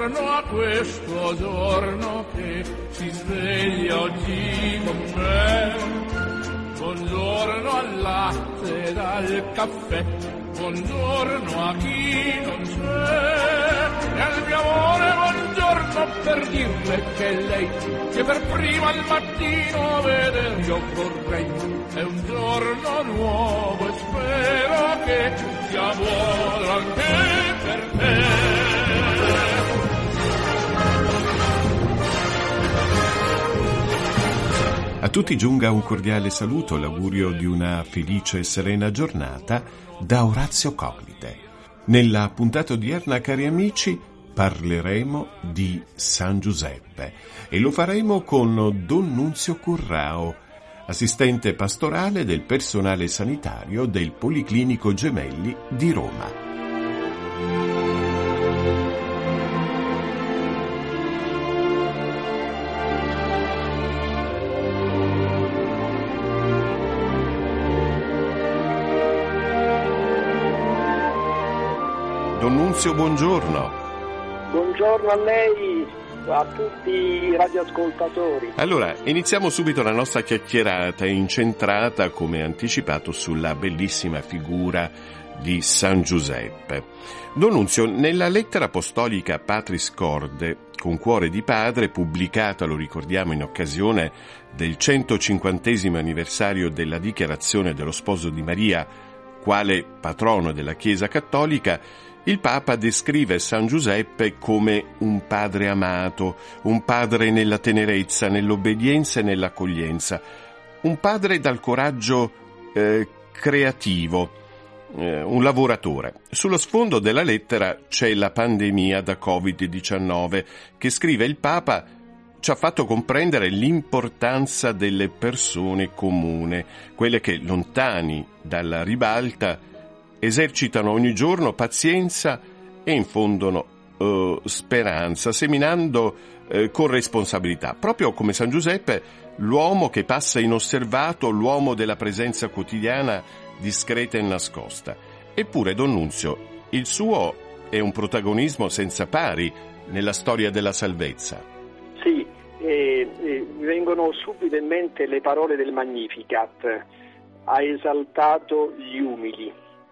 buongiorno a questo giorno che si sveglia oggi con me. Buongiorno al latte ed al caffè, buongiorno a chi non c'è. E al mio amore buongiorno per dirle che lei, che per prima al mattino vedere io vorrei. È un giorno nuovo e spero che sia buono anche per te. A tutti giunga un cordiale saluto, l'augurio di una felice e serena giornata da Orazio Cognite. Nella puntata odierna, cari amici, parleremo di San Giuseppe e lo faremo con Don Nunzio Currao, assistente pastorale del personale sanitario del Policlinico Gemelli di Roma. Don Nunzio, buongiorno. Buongiorno a lei, a tutti i radioascoltatori. Allora, iniziamo subito la nostra chiacchierata incentrata, come anticipato, sulla bellissima figura di San Giuseppe. Don Nunzio, nella lettera apostolica Patris Corde, con cuore di padre, pubblicata, lo ricordiamo, in occasione del 150° anniversario della dichiarazione dello sposo di Maria quale patrono della Chiesa Cattolica, il Papa descrive San Giuseppe come un padre amato, un padre nella tenerezza, nell'obbedienza e nell'accoglienza, un padre dal coraggio creativo, un lavoratore. Sullo sfondo della lettera c'è la pandemia da Covid-19 che, scrive il Papa, ci ha fatto comprendere l'importanza delle persone comuni, quelle che, lontani dalla ribalta, esercitano ogni giorno pazienza e infondono speranza, seminando con responsabilità. Proprio come San Giuseppe, l'uomo che passa inosservato, l'uomo della presenza quotidiana discreta e nascosta. Eppure, Don Nunzio, il suo è un protagonismo senza pari nella storia della salvezza. Sì, mi vengono subito in mente le parole del Magnificat: ha esaltato gli umili.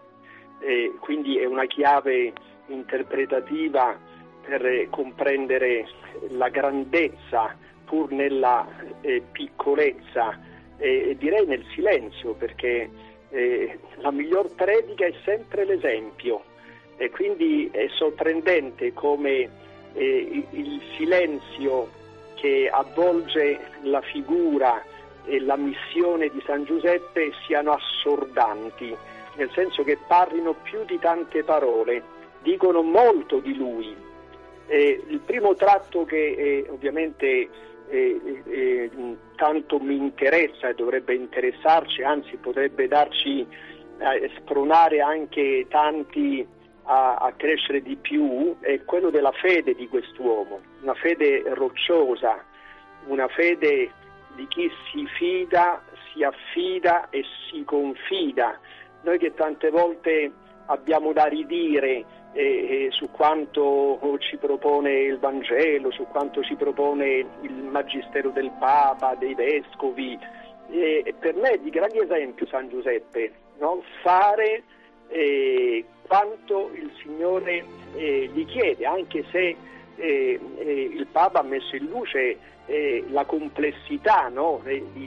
Quindi è una chiave interpretativa per comprendere la grandezza pur nella piccolezza e direi nel silenzio, perché la miglior predica è sempre l'esempio, e quindi è sorprendente come il silenzio che avvolge la figura e la missione di San Giuseppe siano assordanti, nel senso che parlino più di tante parole, dicono molto di lui. Il primo tratto che ovviamente tanto mi interessa e dovrebbe interessarci, anzi potrebbe darci, spronare anche tanti a crescere di più, è quello della fede di quest'uomo, una fede rocciosa, una fede di chi si fida, si affida e si confida. Noi che tante volte abbiamo da ridire su quanto ci propone il Vangelo, su quanto ci propone il Magistero del Papa, dei Vescovi, per me è di grande esempio San Giuseppe, no? Fare quanto il Signore gli chiede, anche se il Papa ha messo in luce la complessità, no?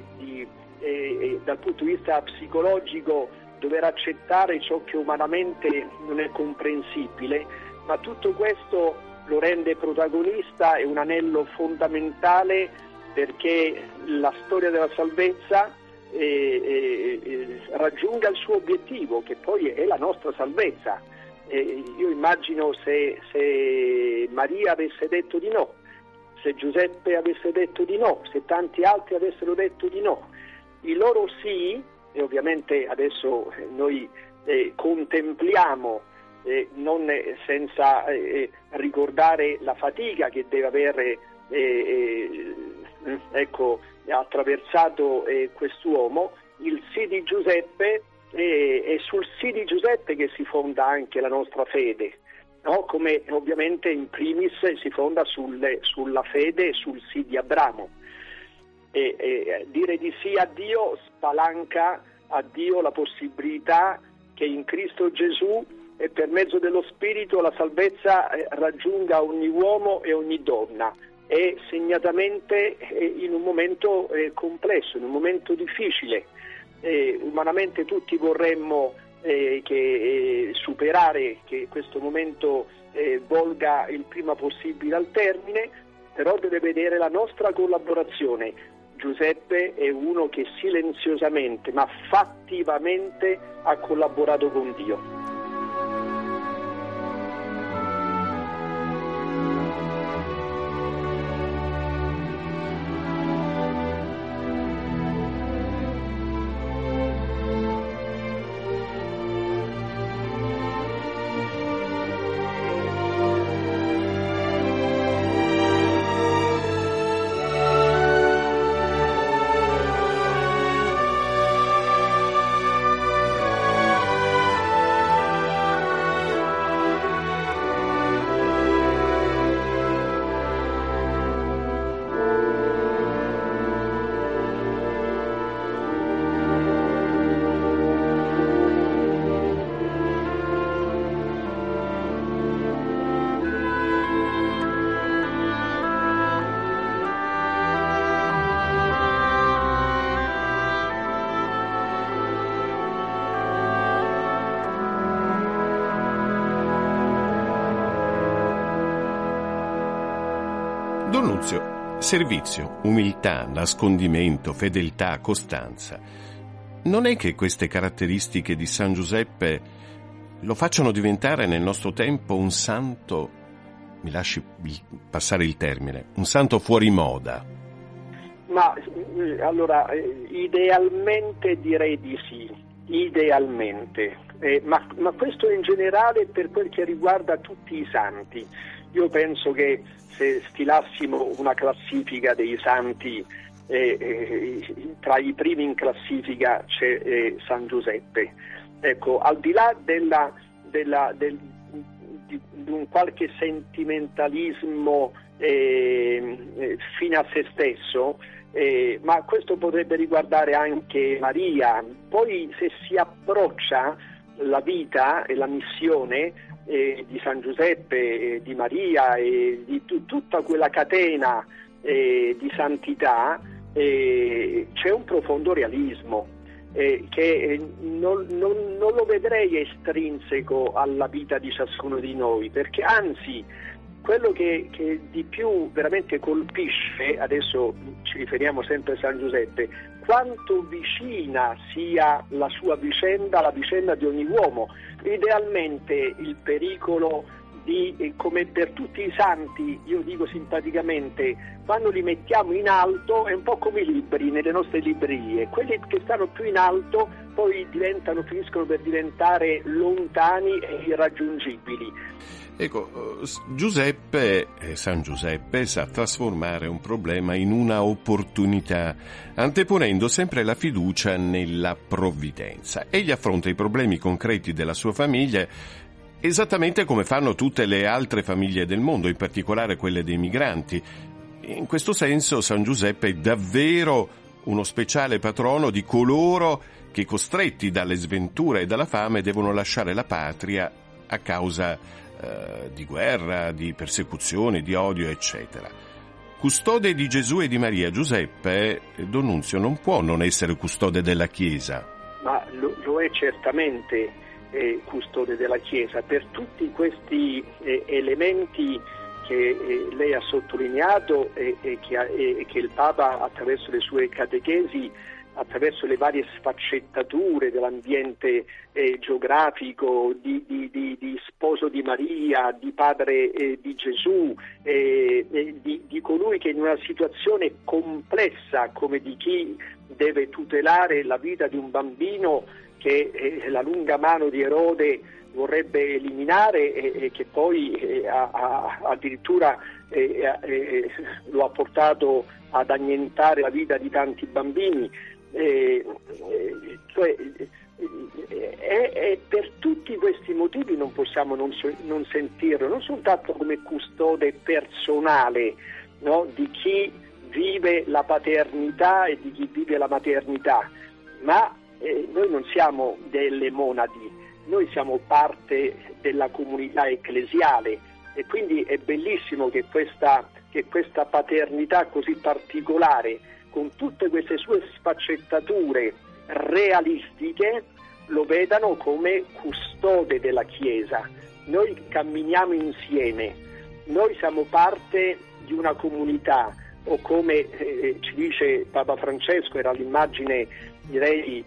Dal punto di vista psicologico, dover accettare ciò che umanamente non è comprensibile, ma tutto questo lo rende protagonista e un anello fondamentale perché la storia della salvezza raggiunga il suo obiettivo, che poi è la nostra salvezza. Io immagino se Maria avesse detto di no, se Giuseppe avesse detto di no, se tanti altri avessero detto di no, i loro sì. E ovviamente adesso noi contempliamo, non senza ricordare la fatica che deve avere attraversato quest'uomo, il sì di Giuseppe, è sul sì di Giuseppe che si fonda anche la nostra fede no? Come ovviamente in primis si fonda sulla fede e sul sì di Abramo. E dire di sì a Dio spalanca a Dio la possibilità che in Cristo Gesù e per mezzo dello Spirito la salvezza raggiunga ogni uomo e ogni donna, e segnatamente in un momento complesso, in un momento difficile. Umanamente tutti vorremmo superare che questo momento volga il prima possibile al termine, però deve vedere la nostra collaborazione. Giuseppe è uno che silenziosamente ma fattivamente ha collaborato con Dio. Don Nunzio, servizio, umiltà, nascondimento, fedeltà, costanza. Non è che queste caratteristiche di San Giuseppe lo facciano diventare nel nostro tempo un santo, mi lasci passare il termine, un santo fuori moda? Ma allora, idealmente direi di sì, idealmente, ma questo in generale per quel che riguarda tutti i santi. Io penso che se stilassimo una classifica dei santi, tra i primi in classifica c'è San Giuseppe. Ecco, al di là di un qualche sentimentalismo fine a se stesso, ma questo potrebbe riguardare anche Maria. Poi se si approccia la vita e la missione di San Giuseppe, di Maria e di tutta quella catena di santità, c'è un profondo realismo che non lo vedrei estrinseco alla vita di ciascuno di noi, perché anzi quello che di più veramente colpisce, adesso ci riferiamo sempre a San Giuseppe, quanto vicina sia la sua vicenda alla vicenda di ogni uomo. Idealmente il pericolo come per tutti i santi, io dico simpaticamente, quando li mettiamo in alto è un po' come i libri nelle nostre librerie, quelli che stanno più in alto poi finiscono per diventare lontani e irraggiungibili. Ecco, San Giuseppe sa trasformare un problema in una opportunità, anteponendo sempre la fiducia nella provvidenza. Egli affronta i problemi concreti della sua famiglia esattamente come fanno tutte le altre famiglie del mondo, in particolare quelle dei migranti. In questo senso San Giuseppe è davvero uno speciale patrono di coloro che, costretti dalle sventure e dalla fame, devono lasciare la patria a causa di guerra, di persecuzioni, di odio, eccetera. Custode di Gesù e di Maria, Giuseppe, Don Nunzio, non può non essere custode della Chiesa. Ma lo è certamente custode della Chiesa per tutti questi elementi che lei ha sottolineato e che il Papa, attraverso le sue catechesi, attraverso le varie sfaccettature dell'ambiente geografico, di sposo di Maria, di padre di Gesù, di colui che in una situazione complessa come di chi deve tutelare la vita di un bambino che la lunga mano di Erode vorrebbe eliminare e che poi addirittura lo ha portato ad annientare la vita di tanti bambini. Cioè, E per tutti questi motivi non possiamo non sentirlo, non soltanto come custode personale, no, di chi vive la paternità e di chi vive la maternità, ma noi non siamo delle monadi, noi siamo parte della comunità ecclesiale, e quindi è bellissimo che questa paternità così particolare, con tutte queste sue sfaccettature realistiche, lo vedano come custode della Chiesa. Noi camminiamo insieme, noi siamo parte di una comunità, o come ci dice Papa Francesco, era l'immagine direi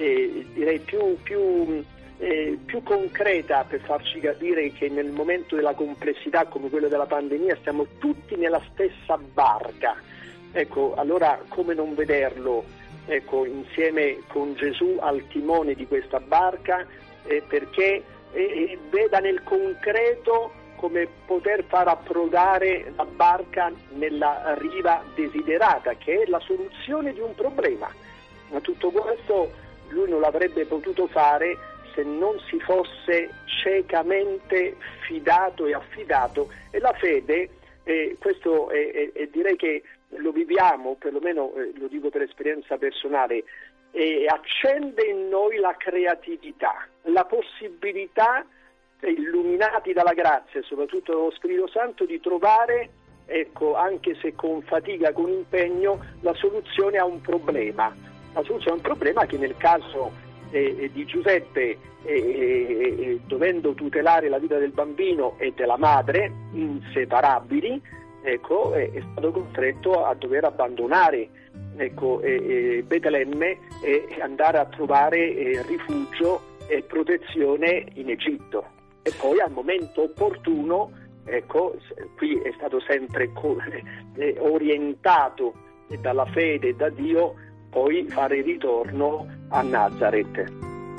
più concreta per farci capire che nel momento della complessità come quello della pandemia stiamo tutti nella stessa barca. Ecco, allora come non vederlo, ecco, insieme con Gesù al timone di questa barca, perché veda nel concreto come poter far approdare la barca nella riva desiderata, che è la soluzione di un problema. Ma tutto questo lui non l'avrebbe potuto fare se non si fosse ciecamente fidato e affidato, e la fede, questo direi che lo viviamo, perlomeno lo dico per esperienza personale, accende in noi la creatività, la possibilità, illuminati dalla grazia e soprattutto dallo Spirito Santo, di trovare, ecco, anche se con fatica, con impegno, la soluzione a un problema. La soluzione a un problema che nel caso di Giuseppe, dovendo tutelare la vita del bambino e della madre, inseparabili, ecco, è stato costretto a dover abbandonare, ecco, Betlemme e andare a trovare rifugio e protezione in Egitto. E poi al momento opportuno, ecco, qui è stato sempre orientato dalla fede e da Dio, poi fare ritorno a Nazareth.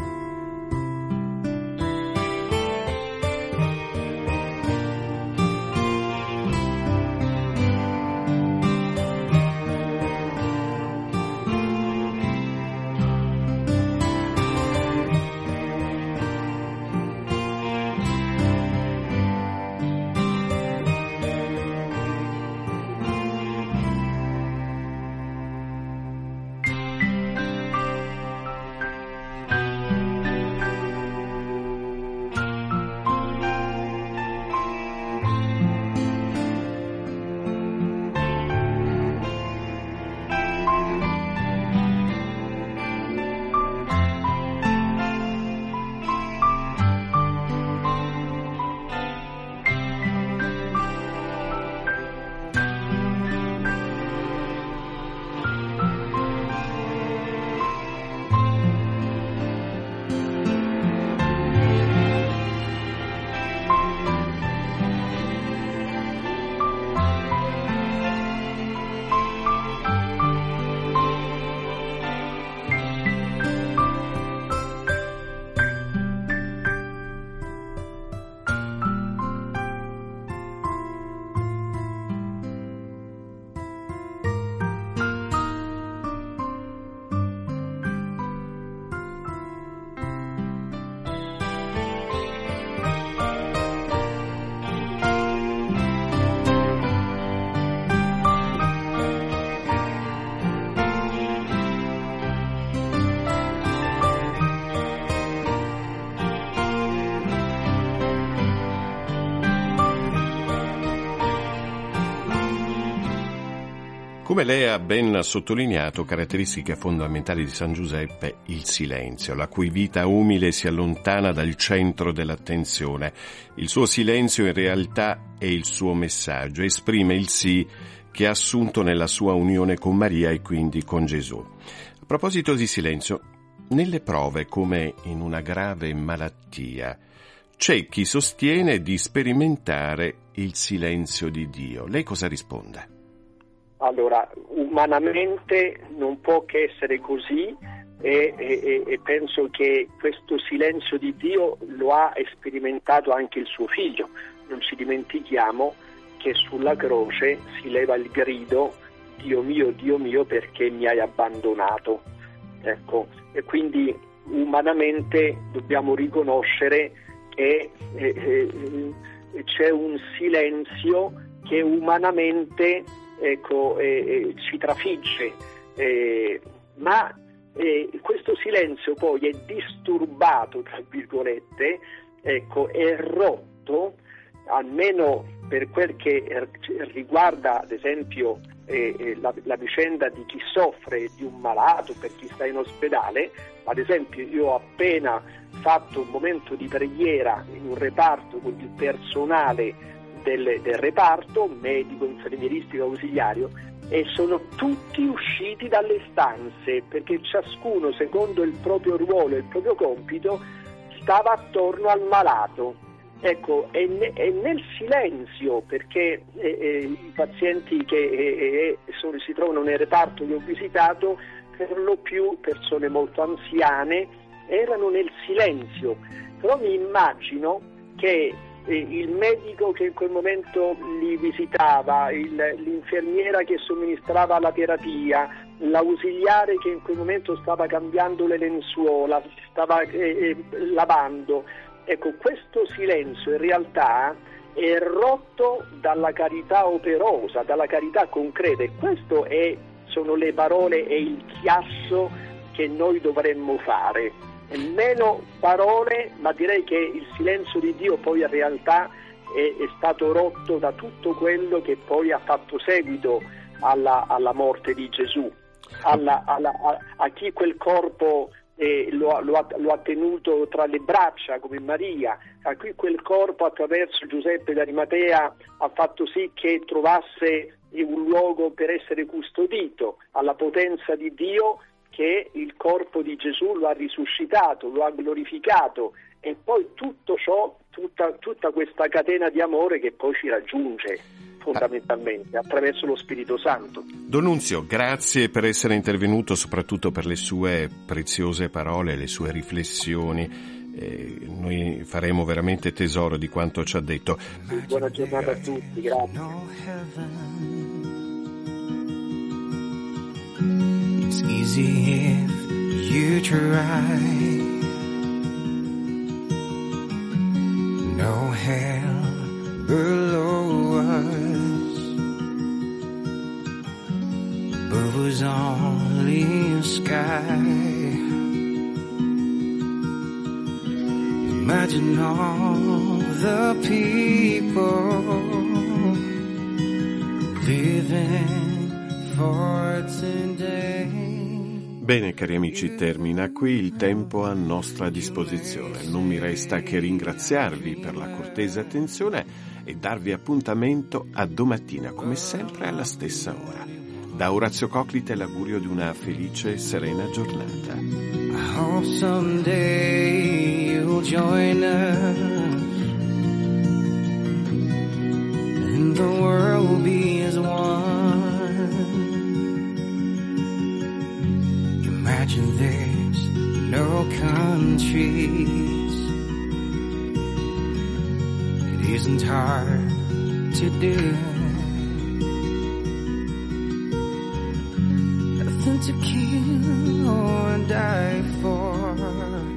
Come lei ha ben sottolineato, caratteristica fondamentale di San Giuseppe, il silenzio, la cui vita umile si allontana dal centro dell'attenzione. Il suo silenzio in realtà è il suo messaggio, esprime il sì che ha assunto nella sua unione con Maria e quindi con Gesù. A proposito di silenzio, nelle prove come in una grave malattia, c'è chi sostiene di sperimentare il silenzio di Dio. Lei cosa risponde? Allora, umanamente non può che essere così e penso che questo silenzio di Dio lo ha sperimentato anche il suo figlio. Non ci dimentichiamo che sulla croce si leva il grido Dio mio, perché mi hai abbandonato? Ecco, e quindi umanamente dobbiamo riconoscere che c'è un silenzio che umanamente ci trafigge, ma questo silenzio poi è disturbato, tra virgolette, è rotto, almeno per quel che riguarda ad esempio la vicenda di chi soffre di un malato, per chi sta in ospedale. Ad esempio io ho appena fatto un momento di preghiera in un reparto con il personale del reparto medico, infermieristico, ausiliario, e sono tutti usciti dalle stanze perché ciascuno, secondo il proprio ruolo e il proprio compito, stava attorno al malato. Ecco, è nel silenzio, perché i pazienti che si trovano nel reparto che ho visitato, per lo più persone molto anziane, erano nel silenzio. Però mi immagino che il medico che in quel momento li visitava, l'infermiera che somministrava la terapia, l'ausiliare che in quel momento stava cambiando le lenzuola, stava lavando. Ecco, questo silenzio in realtà è rotto dalla carità operosa, dalla carità concreta, e questo sono le parole e il chiasso che noi dovremmo fare. Meno parole, ma direi che il silenzio di Dio poi in realtà è stato rotto da tutto quello che poi ha fatto seguito alla morte di Gesù, a chi quel corpo lo ha tenuto tra le braccia come Maria, a cui quel corpo attraverso Giuseppe d'Arimatea ha fatto sì che trovasse un luogo per essere custodito, alla potenza di Dio che il corpo di Gesù lo ha risuscitato, lo ha glorificato, e poi tutto ciò, tutta questa catena di amore che poi ci raggiunge fondamentalmente attraverso lo Spirito Santo. Don Nunzio, grazie per essere intervenuto, soprattutto per le sue preziose parole, le sue riflessioni. Noi faremo veramente tesoro di quanto ci ha detto. Buona giornata a tutti, grazie. It's easy if you try. No hell below us, above us only sky. Imagine all the people living for today. Bene, cari amici, termina qui il tempo a nostra disposizione. Non mi resta che ringraziarvi per la cortese attenzione e darvi appuntamento a domattina, come sempre alla stessa ora. Da Orazio Coclite l'augurio di una felice e serena giornata. I hope someday you'll join us and the world will be as one. Imagine there's no countries. It isn't hard to do. Nothing to kill or die for.